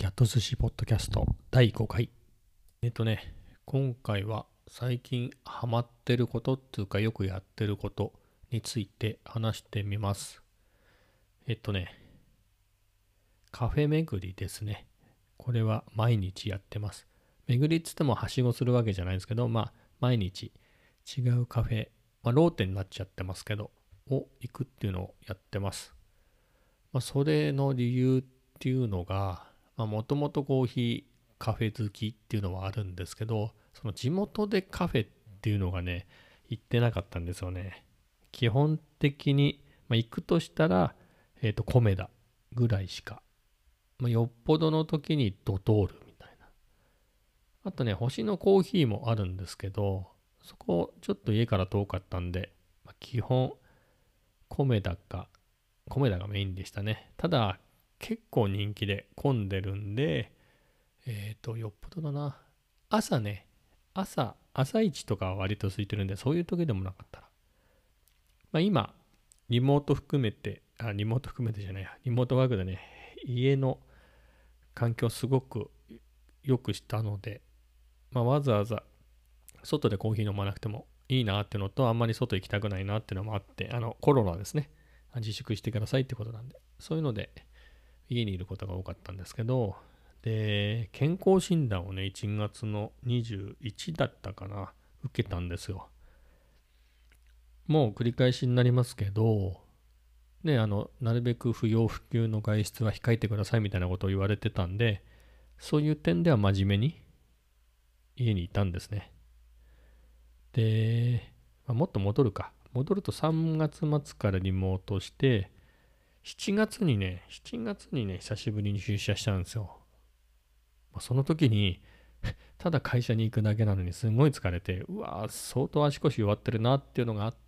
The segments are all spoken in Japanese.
キャット寿司ポッドキャスト第5回。今回は最近ハマってることっていうかよくやってることについて話してみます。カフェ巡りですね。これは毎日やってます。巡りっつってもはしごするわけじゃないんですけど、毎日違うカフェ、ローテになっちゃってますけど、を行くっていうのをやってます。それの理由っていうのが、もともとコーヒーカフェ好きっていうのはあるんですけど、その地元でカフェっていうのがね、行ってなかったんですよね。基本的に、行くとしたら、コメダぐらいしか。よっぽどの時にドトールみたいな。あとね、星のコーヒーもあるんですけど、そこちょっと家から遠かったんで、基本コメダか、コメダがメインでしたね。ただ、結構人気で混んでるんで、よっぽどだな。朝ね、朝一とかは割と空いてるんで、そういう時でもなかったら。今、リモート含めて、リモート含めてじゃないや、リモートワークでね、家の環境すごく良くしたので、わざわざ外でコーヒー飲まなくてもいいなっていうのと、あんまり外行きたくないなっていうのもあって、コロナですね。自粛してくださいってことなんで、そういうので家にいることが多かったんですけど、で、健康診断をね、1月の21だったかな、受けたんですよ。もう繰り返しになりますけど、ね、なるべく不要不急の外出は控えてくださいみたいなことを言われてたんで、そういう点では真面目に家にいたんですね。で、もっと戻るか。戻ると3月末からリモートして、7月にね、久しぶりに出社したんですよ。その時に、ただ会社に行くだけなのにすごい疲れて、うわー、相当足腰弱ってるなっていうのがあって、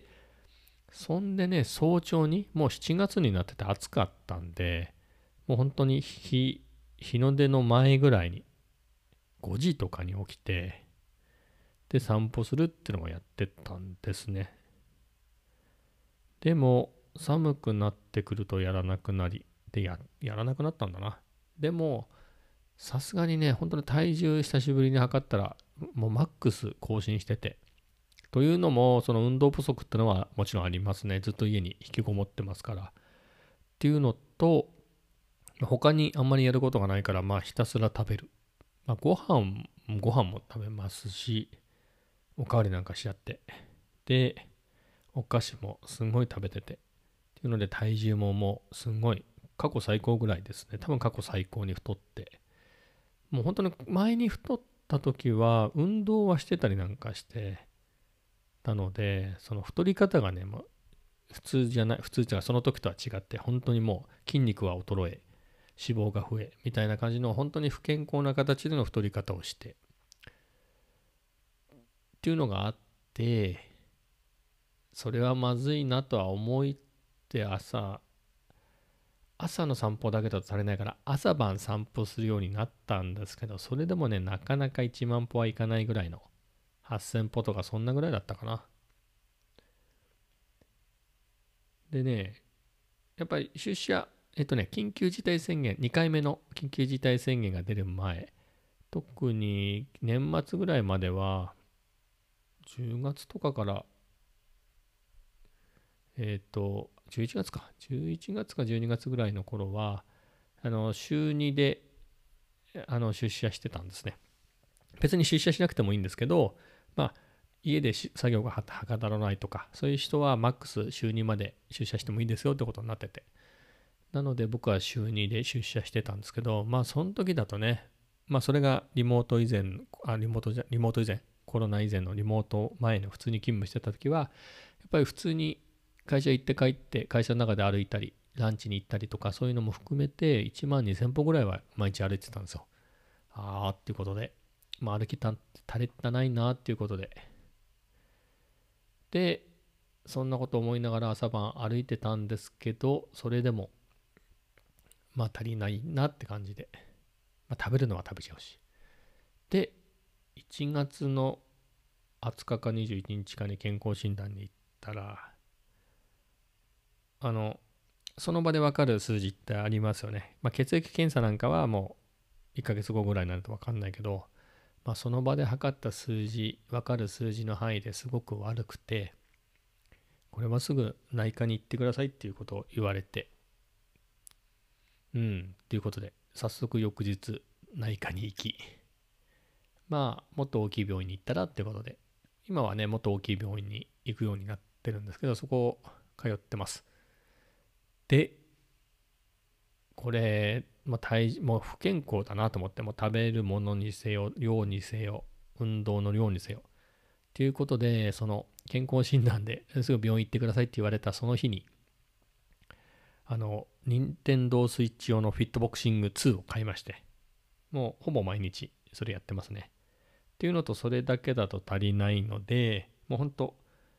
そんでね、早朝に、もう7月になってて暑かったんで、もう本当に日の出の前ぐらいに、5時とかに起きて、で、散歩するっていうのをやってたんですね。でも、寒くなってくるとやらなくなり、で、やらなくなったんだな。でも、さすがにね、本当に体重久しぶりに測ったら、もうマックス更新してて。というのも、その運動不足ってのはもちろんありますね。ずっと家に引きこもってますから。っていうのと、他にあんまりやることがないから、ひたすら食べる。ご飯も食べますし、おかわりなんかしちゃって。で、お菓子もすんごい食べてて。っていうので体重ももうすんごい過去最高ぐらいですね。多分過去最高に太って。もう本当に前に太った時は運動はしてたりなんかしてたので、その太り方がね、普通じゃない、普通じゃその時とは違って、本当にもう筋肉は衰え、脂肪が増え、みたいな感じの本当に不健康な形での太り方をして、っていうのがあって、それはまずいなとは思って朝の散歩だけだと足りないから朝晩散歩するようになったんですけど、それでもね、なかなか1万歩はいかないぐらいの、8000歩とかそんなぐらいだったかな。でね、やっぱり出社、緊急事態宣言、2回目の緊急事態宣言が出る前、特に年末ぐらいまでは、10月とかから、11月か、11月か12月ぐらいの頃は、週2で、出社してたんですね。別に出社しなくてもいいんですけど、家で作業がはかどらないとか、そういう人はマックス週2まで出社してもいいですよってことになってて。なので僕は週2で出社してたんですけど、その時だとね、それがリモート以前、リモート以前、コロナ以前のリモート前の普通に勤務してた時は、やっぱり普通に会社行って帰って、会社の中で歩いたり、ランチに行ったりとか、そういうのも含めて1万2000歩ぐらいは毎日歩いてたんですよ。っていうことで、歩き足りたないなっていうことで。で、そんなこと思いながら朝晩歩いてたんですけど、それでも足りないなって感じで、食べるのは食べちゃうし。で、1月の20日か21日かに健康診断に行ったら、 その場で分かる数字ってありますよね。血液検査なんかはもう1ヶ月後ぐらいになると分かんないけど、その場で測った数字、分かる数字の範囲ですごく悪くて、これはすぐ内科に行ってくださいっていうことを言われて、っていうことで、早速翌日内科に行き、もっと大きい病院に行ったらってことで、今はね、もっと大きい病院に行くようになってるんですけど、そこを通ってます。で、これ、もう不健康だなと思って、もう食べるものにせよ、量にせよ、運動の量にせよ。っていうことで、その健康診断ですぐ病院行ってくださいって言われたその日に、任天堂スイッチ用のフィットボクシング2を買いまして、もうほぼ毎日それやってますね。っていうのと、それだけだと足りないので、もうほんと、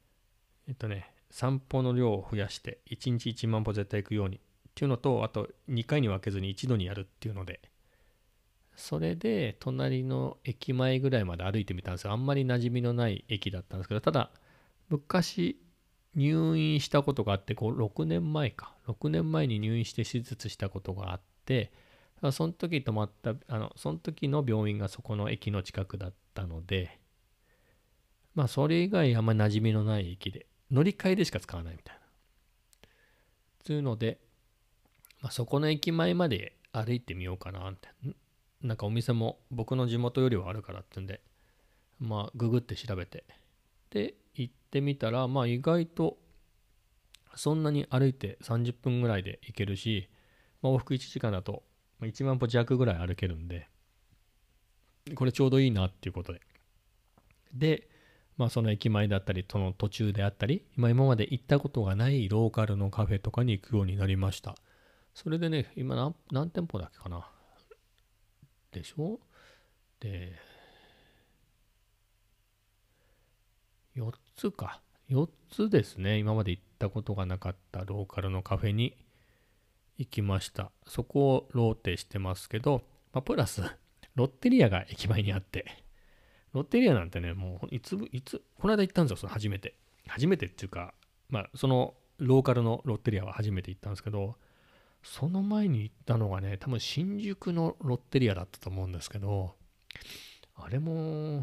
散歩の量を増やして、1日1万歩絶対行くようにっていうのと、あと2回に分けずに一度にやるっていうので、それで隣の駅前ぐらいまで歩いてみたんですよ。あんまり馴染みのない駅だったんですけど、ただ、昔入院したことがあって、6年前か。6年前に入院して手術したことがあって、その時泊まった、その時の病院がそこの駅の近くだったので、それ以外あんまり馴染みのない駅で、乗り換えでしか使わないみたいな。というので、そこの駅前まで歩いてみようかなって。なんかお店も僕の地元よりはあるからってんで、ググって調べて。で、行ってみたら、意外とそんなに歩いて30分ぐらいで行けるし、往復1時間だと1万歩弱ぐらい歩けるんで、これちょうどいいなっていうことで。で、その駅前だったり、その途中であったり、今まで行ったことがないローカルのカフェとかに行くようになりました。それでね、今何店舗だっけかな。でしょで、4つか。4つですね。今まで行ったことがなかったローカルのカフェに行きました。そこをローテしてますけど、プラス、ロッテリアが駅前にあって、ロッテリアなんてね、もうこの間行ったんですよ、その初めて。初めてっていうか、そのローカルのロッテリアは初めて行ったんですけど、その前に行ったのがね、多分新宿のロッテリアだったと思うんですけど、あれも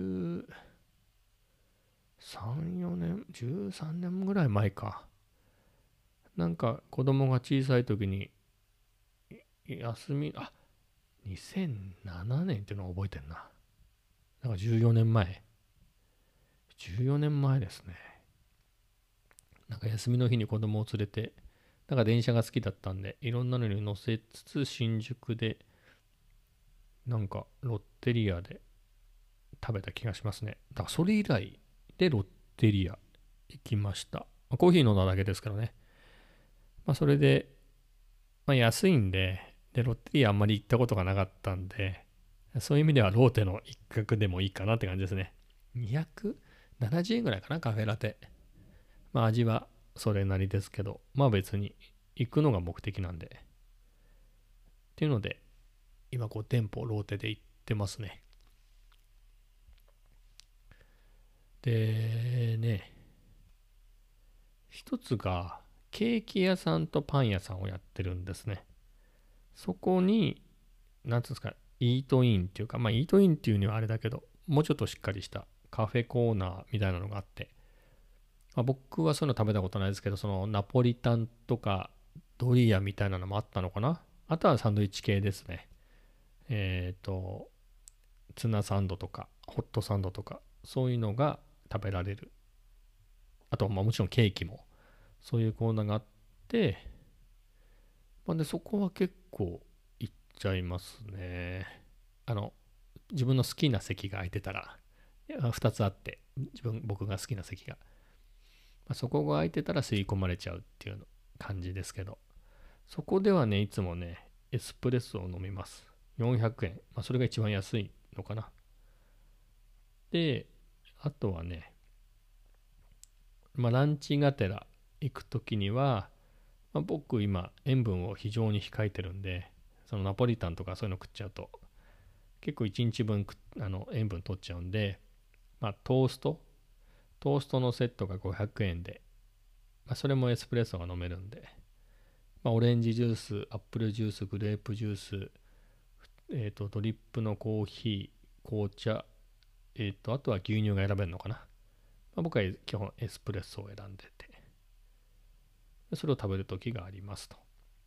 13、4年、13年ぐらい前か。なんか子供が小さい時に2007年っていうのを覚えてんな。なんか14年前。14年前ですね。なんか休みの日に子供を連れて、なんか電車が好きだったんで、いろんなのに乗せつつ新宿で、なんかロッテリアで食べた気がしますね。だからそれ以来でロッテリア行きました。コーヒー飲んだだけですけどね。それで、安いんで、ロッテリアあんまり行ったことがなかったんで、そういう意味ではローテの一角でもいいかなって感じですね。270円ぐらいかな、カフェラテ。味はそれなりですけど、別に行くのが目的なんで。っていうので、今店舗ローテで行ってますね。でね、一つがケーキ屋さんとパン屋さんをやってるんですね。そこに、なんつうんですか、イートインっていうか、イートインっていうにはあれだけど、もうちょっとしっかりしたカフェコーナーみたいなのがあって、僕はそういうの食べたことないですけど、そのナポリタンとかドリアみたいなのもあったのかな。あとはサンドイッチ系ですね。ツナサンドとか、ホットサンドとか、そういうのが食べられる。あと、もちろんケーキも、そういうコーナーがあって、で、そこは結構行っちゃいますね。自分の好きな席が空いてたら、2つあって、僕が好きな席が。そこが空いてたら吸い込まれちゃうっていう感じですけど、そこではね、いつもね、エスプレッソを飲みます。400円。それが一番安いのかな。で、あとはね、ランチがてら行くときには、僕今塩分を非常に控えてるんで、そのナポリタンとかそういうの食っちゃうと結構1日分塩分取っちゃうんで、トーストのセットが500円で、それもエスプレッソが飲めるんで、 オレンジジュース、アップルジュース、グレープジュース、ドリップのコーヒー、紅茶、あとは牛乳が選べるのかな。僕は基本エスプレッソを選んでて、それを食べるときがありますと。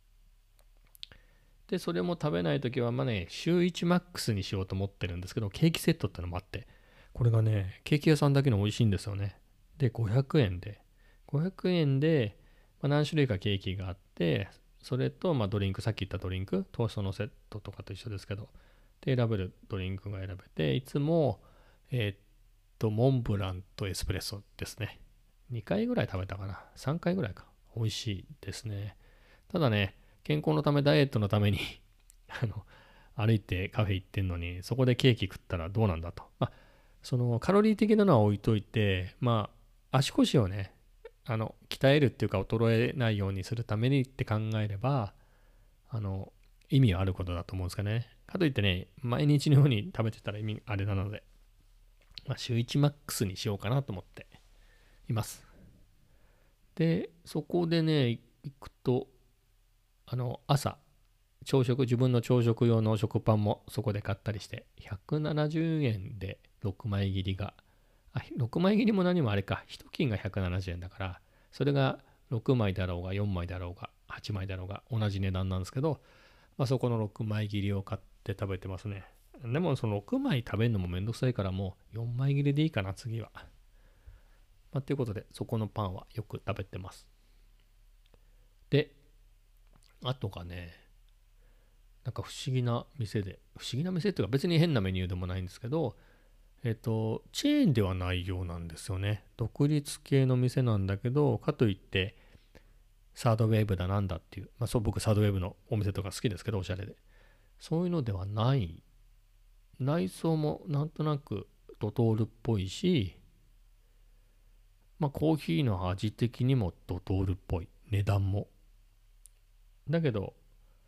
で、それも食べないときは、週1マックスにしようと思ってるんですけど、ケーキセットってのもあって、これがね、ケーキ屋さんだけの美味しいんですよね。で、500円で、何種類かケーキがあって、それと、ドリンク、さっき言ったドリンク、トーストのセットとかと一緒ですけど、で、選べるドリンクが選べて、いつも、モンブランとエスプレッソですね。2回ぐらい食べたかな。3回ぐらいか。美味しいですね。ただね、健康のため、ダイエットのために歩いてカフェ行ってんのに、そこでケーキ食ったらどうなんだと。そのカロリー的なのは置いといて、足腰をね、鍛えるっていうか衰えないようにするためにって考えれば、意味はあることだと思うんですかね。かといってね、毎日のように食べてたら意味あれなので、週1マックスにしようかなと思っています。で、そこでね、行くと、朝、自分の朝食用の食パンもそこで買ったりして、170円で6枚切りが、6枚切りも何もあれか、1斤が170円だから、それが6枚だろうが4枚だろうが8枚だろうが同じ値段なんですけど、そこの6枚切りを買って食べてますね。でもその6枚食べるのもめんどくさいからもう4枚切りでいいかな、次は。ということで、そこのパンはよく食べてます。で、あとがね、なんか不思議な店っていうか別に変なメニューでもないんですけど、チェーンではないようなんですよね。独立系の店なんだけど、かといってサードウェーブだなんだっていう、そう僕サードウェーブのお店とか好きですけど、おしゃれで。そういうのではない。内装もなんとなくドトールっぽいし、コーヒーの味的にもドトールっぽい。値段も。だけど、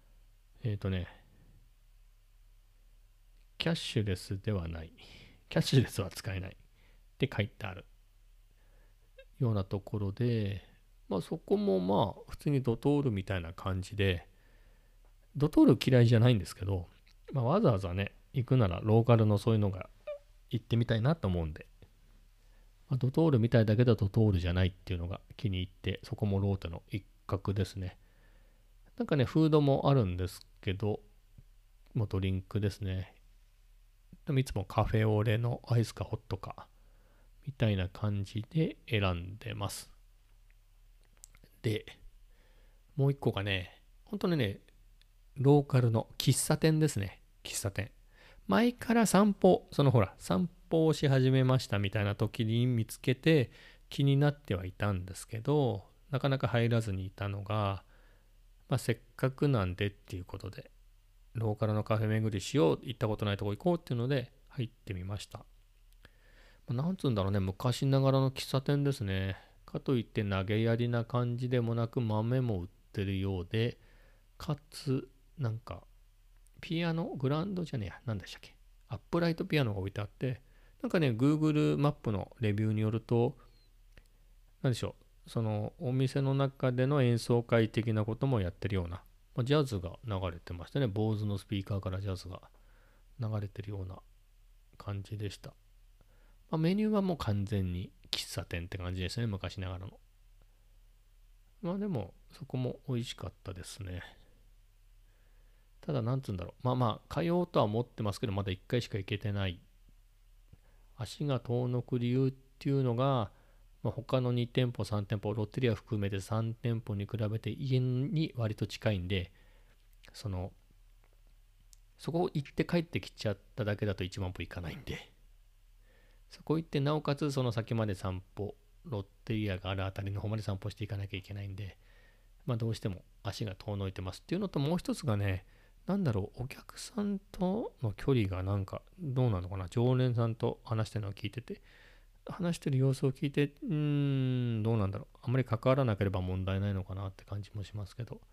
キャッシュレスではない。キャッシュレスは使えないって書いてあるようなところで、そこも普通にドトールみたいな感じで、ドトール嫌いじゃないんですけど、わざわざね、行くならローカルのそういうのが行ってみたいなと思うんで、ドトールみたいだけどドトールじゃないっていうのが気に入って、そこもローテの一角ですね。なんかね、フードもあるんですけど、もうドリンクですね。でもいつもカフェオレのアイスかホットかみたいな感じで選んでます。で、もう一個がね、本当にね、ローカルの喫茶店ですね。喫茶店。前から散歩をし始めましたみたいな時に見つけて気になってはいたんですけど、なかなか入らずにいたのが、せっかくなんでっていうことで、ローカルのカフェ巡りしよう、行ったことないとこ行こうっていうので入ってみました。なんつうんだろうね、昔ながらの喫茶店ですね。かといって投げやりな感じでもなく豆も売ってるようで、かつ、なんか、ピアノ、グランドじゃねえや、なんでしたっけ。アップライトピアノが置いてあって、なんかね、Google マップのレビューによると、なんでしょう、そのお店の中での演奏会的なこともやってるような、ジャズが流れてましたね。坊主のスピーカーからジャズが流れてるような感じでした。メニューはもう完全に喫茶店って感じですね、昔ながらの。でも、そこも美味しかったですね。ただ、なんつうんだろう。通おうとは思ってますけど、まだ1回しか行けてない。足が遠のく理由っていうのが、他の2店舗、3店舗、ロッテリア含めて3店舗に比べて家に割と近いんで、そこ行って帰ってきちゃっただけだと1万歩行かないんで、そこ行ってなおかつその先まで散歩、ロッテリアがあるあたりの方まで散歩していかなきゃいけないんで、どうしても足が遠のいてますっていうのと、もう一つがね、お客さんとの距離がなんかどうなのかな、常連さんと話してるのを聞いてて、話してる様子を聞いて、どうなんだろう、あんまり関わらなければ問題ないのかなって感じもしますけど、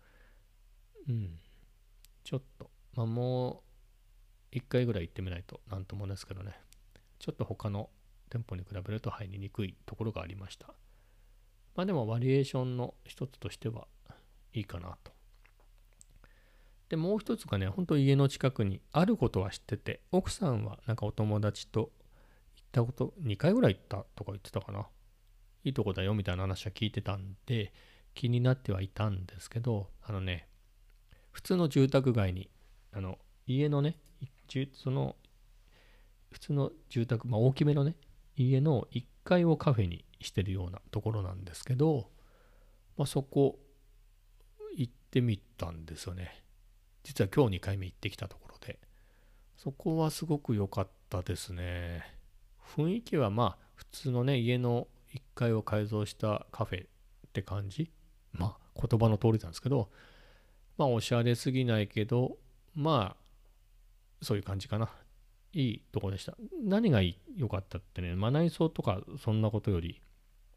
ちょっと、もう一回ぐらい行ってみないとなんともですけどね、ちょっと他の店舗に比べると入りにくいところがありました。でもバリエーションの一つとしてはいいかなとで、もう一つがね、本当家の近くにあることは知ってて、奥さんはなんかお友達と行ったこと、2回ぐらい行ったとか言ってたかな。いいとこだよみたいな話は聞いてたんで、気になってはいたんですけど、普通の住宅街に、家のね、その、普通の住宅、大きめのね、家の1階をカフェにしてるようなところなんですけど、そこ行ってみたんですよね。実は今日2回目行ってきたところで、そこはすごく良かったですね。雰囲気は普通のね、家の1階を改造したカフェって感じ。言葉の通りなんですけど、おしゃれすぎないけど、そういう感じかな。いいとこでした。何が良かったってね、内装とかそんなことより、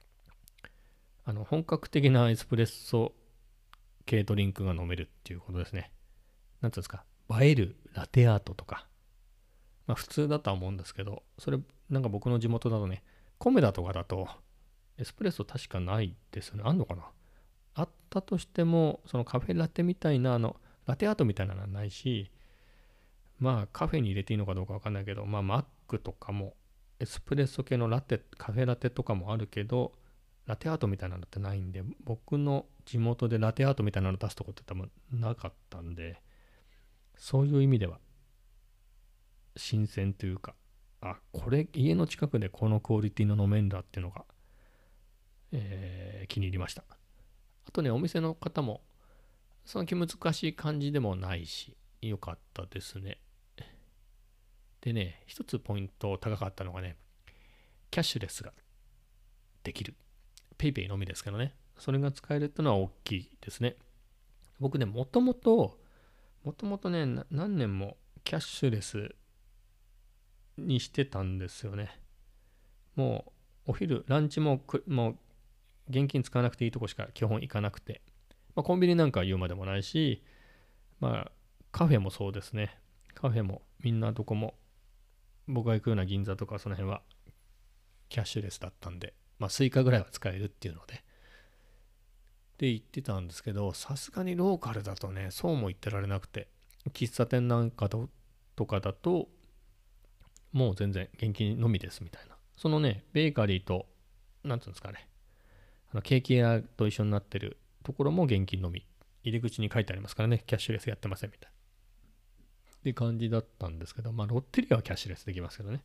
本格的なエスプレッソ系ドリンクが飲めるっていうことですね。なんていうんですか、映えるラテアートとか、普通だとは思うんですけど、それ、なんか僕の地元だとね、コメダとかだと、エスプレッソ確かないですよね。あんのかな。あったとしても、そのカフェラテみたいな、ラテアートみたいなのはないし、カフェに入れていいのかどうかわかんないけど、マックとかも、エスプレッソ系のラテ、カフェラテとかもあるけど、ラテアートみたいなのってないんで、僕の地元でラテアートみたいなの出すとこって多分なかったんで、そういう意味では新鮮というか、これ家の近くでこのクオリティの飲めんだっていうのが、気に入りました。あとね、お店の方もその気難しい感じでもないし、良かったですね。でね、一つポイント高かったのがね、キャッシュレスができる。ペイペイのみですけどね、それが使えるっていうのは大きいですね。僕ね、もともとね、何年もキャッシュレスにしてたんですよね。もうお昼、ランチももう現金使わなくていいとこしか基本行かなくて、コンビニなんかは言うまでもないし、カフェもそうですね。カフェもみんなどこも、僕が行くような銀座とかその辺はキャッシュレスだったんで、スイカぐらいは使えるっていうので言ってたんですけど、さすがにローカルだとね、そうも言ってられなくて、喫茶店なんかとかだと、もう全然現金のみですみたいな。そのね、ベーカリーと、なんつうんですかね、ケーキ屋と一緒になってるところも現金のみ。入り口に書いてありますからね、キャッシュレスやってませんみたいな。って感じだったんですけど、ロッテリアはキャッシュレスできますけどね。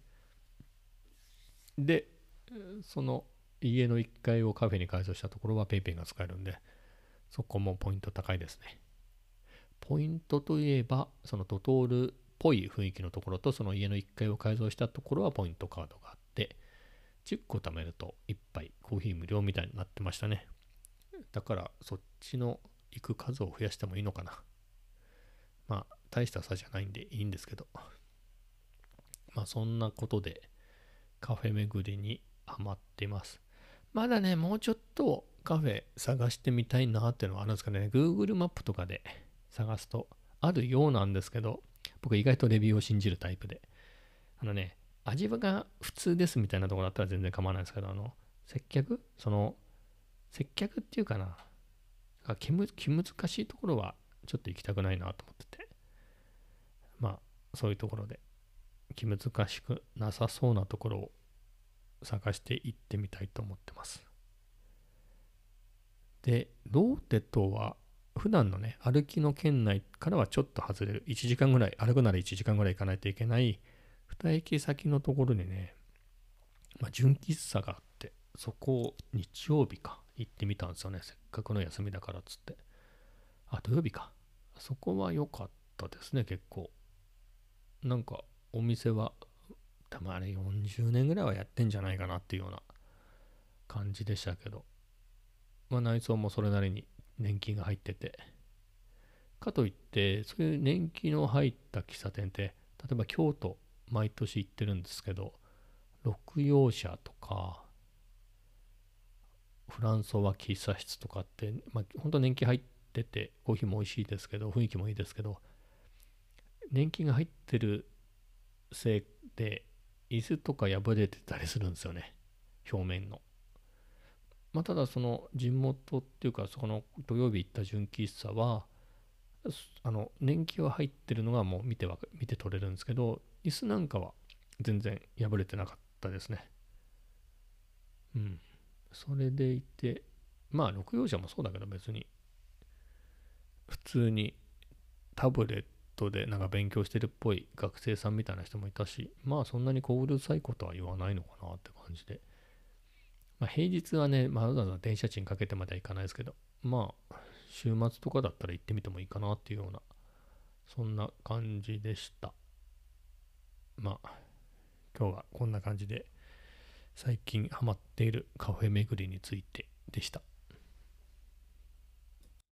で、その家の1階をカフェに改装したところは PayPay が使えるんで、そこもポイント高いですね。ポイントといえば、そのドトールっぽい雰囲気のところと、その家の1階を改造したところはポイントカードがあって、10個貯めると1杯コーヒー無料みたいになってましたね。だからそっちの行く数を増やしてもいいのかな。大した差じゃないんでいいんですけど、そんなことでカフェ巡りにハマっています。まだね、もうちょっとカフェ探してみたいなっていうのはあるんですかね。Google マップとかで探すとあるようなんですけど、僕意外とレビューを信じるタイプで。味が普通ですみたいなところだったら全然構わないんですけど、接客っていうかな、気難しいところはちょっと行きたくないなと思ってて、そういうところで気難しくなさそうなところを探して行ってみたいと思ってます。で、ローテとは普段のね、歩きの圏内からはちょっと外れる。1時間ぐらい、歩くなら1時間ぐらい行かないといけない2駅先のところにね、純喫茶があって、そこを日曜日か行ってみたんですよね。せっかくの休みだからっつって。土曜日か。そこは良かったですね、結構。なんかお店は多分あれ40年ぐらいはやってんじゃないかなっていうような感じでしたけど、内装もそれなりに年季が入ってて、かといってそういう年季の入った喫茶店って、例えば京都毎年行ってるんですけど、六葉社とかフランソワ喫茶室とかって、本当年季入っててコーヒーも美味しいですけど、雰囲気もいいですけど、年季が入ってるせいで椅子とか破れてたりするんですよね、表面の。ただその地元っていうか、そこの土曜日行った純喫茶は年季は入ってるのがもう見て取れるんですけど、椅子なんかは全然破れてなかったですね。うん。それでいて、まあ、6号車もそうだけど別に、普通にタブレットでなんか勉強してるっぽい学生さんみたいな人もいたし、まあそんなにうるさいことは言わないのかなって感じで。まあ平日はね、まあわざわざ電車賃かけてまではいかないですけど、まあ週末とかだったら行ってみてもいいかなっていうような、そんな感じでした。まあ今日はこんな感じで最近ハマっているカフェ巡りについてでした。